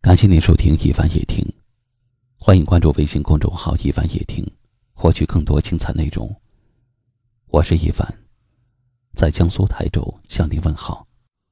感谢您收听一凡夜听，欢迎关注微信公众号一凡夜听，获取更多精彩内容。我是一凡，在江苏台州向您问好。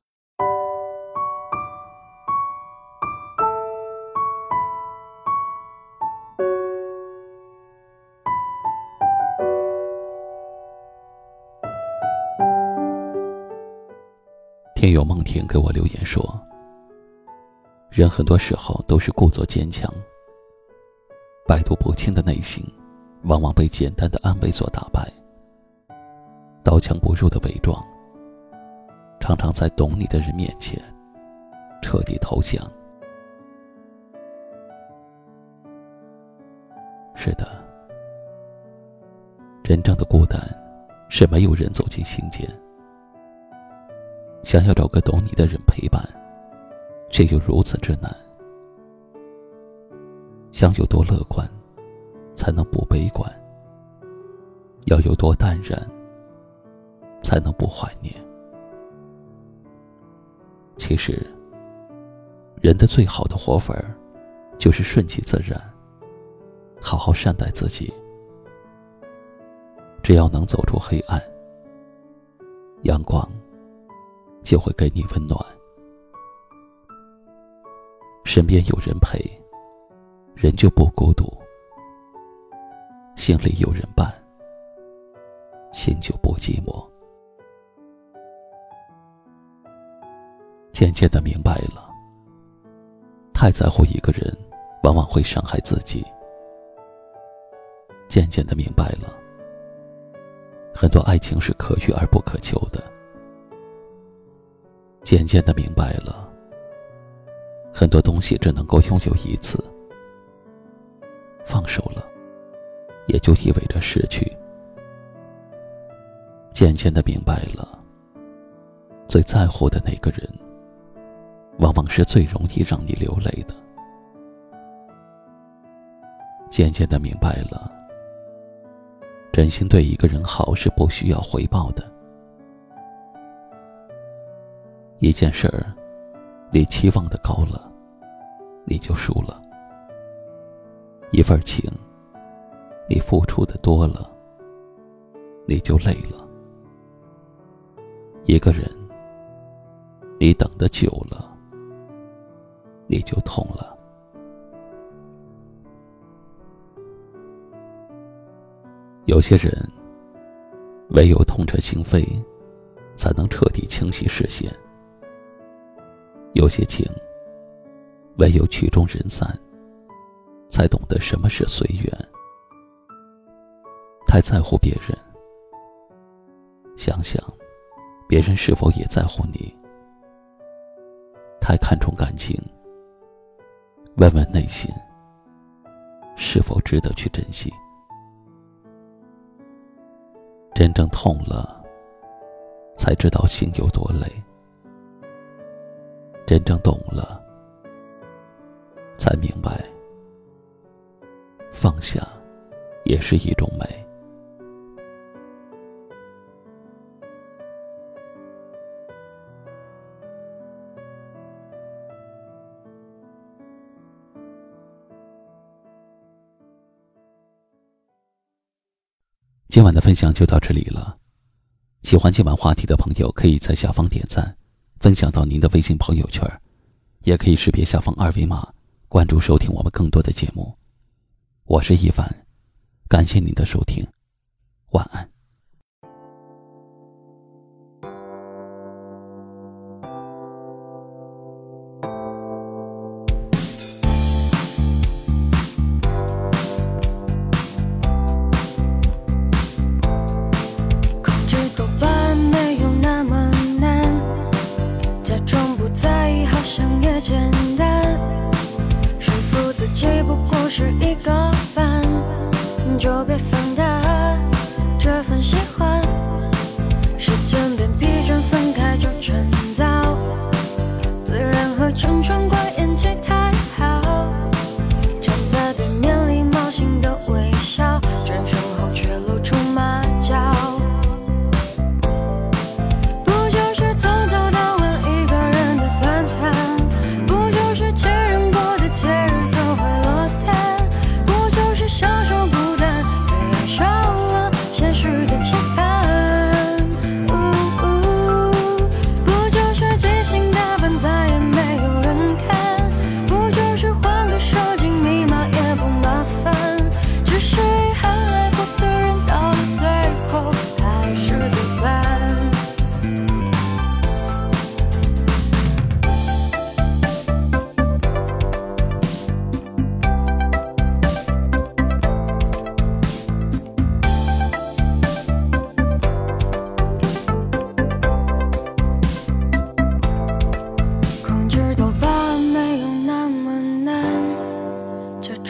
听友梦婷给我留言说，人很多时候都是故作坚强，百毒不侵的内心往往被简单的安慰所打败，刀枪不入的伪装常常在懂你的人面前彻底投降。是的，真正的孤单是没有人走进心间，想要找个懂你的人陪伴却又如此之难。想有多乐观才能不悲观，要有多淡然才能不怀念。其实人的最好的活法就是顺其自然，好好善待自己。只要能走出黑暗，阳光就会给你温暖。身边有人陪，人就不孤独；心里有人伴，心就不寂寞。渐渐地明白了，太在乎一个人往往会伤害自己。渐渐地明白了，很多爱情是可遇而不可求的。渐渐地明白了，很多东西只能够拥有一次，放手了也就意味着失去。渐渐地明白了，最在乎的那个人往往是最容易让你流泪的。渐渐地明白了，真心对一个人好是不需要回报的。一件事儿你期望的高了，你就输了；一份情你付出的多了，你就累了；一个人你等得久了，你就痛了。有些人唯有痛彻心扉，才能彻底清晰视线；有些情唯有曲终人散，才懂得什么是随缘。太在乎别人，想想别人是否也在乎你；太看重感情，问问内心是否值得去珍惜。真正痛了，才知道心有多累；真正懂了，才明白放下也是一种美。今晚的分享就到这里了，喜欢今晚话题的朋友可以在下方点赞，分享到您的微信朋友圈，也可以识别下方二维码关注收听我们更多的节目。我是一凡，感谢您的收听，晚安。 是一个半，就别放大这份喜欢。时间变疲倦，分开就趁早，自然和成全关演技太好。站在对面礼貌性的微笑，转身后却露出马脚。不就是从早到晚一个人的三餐，不就是前人过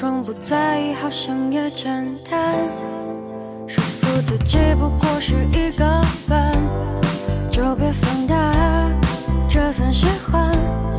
装不在意好像也简单，说服自己不过是一个人，就别放大这份喜欢。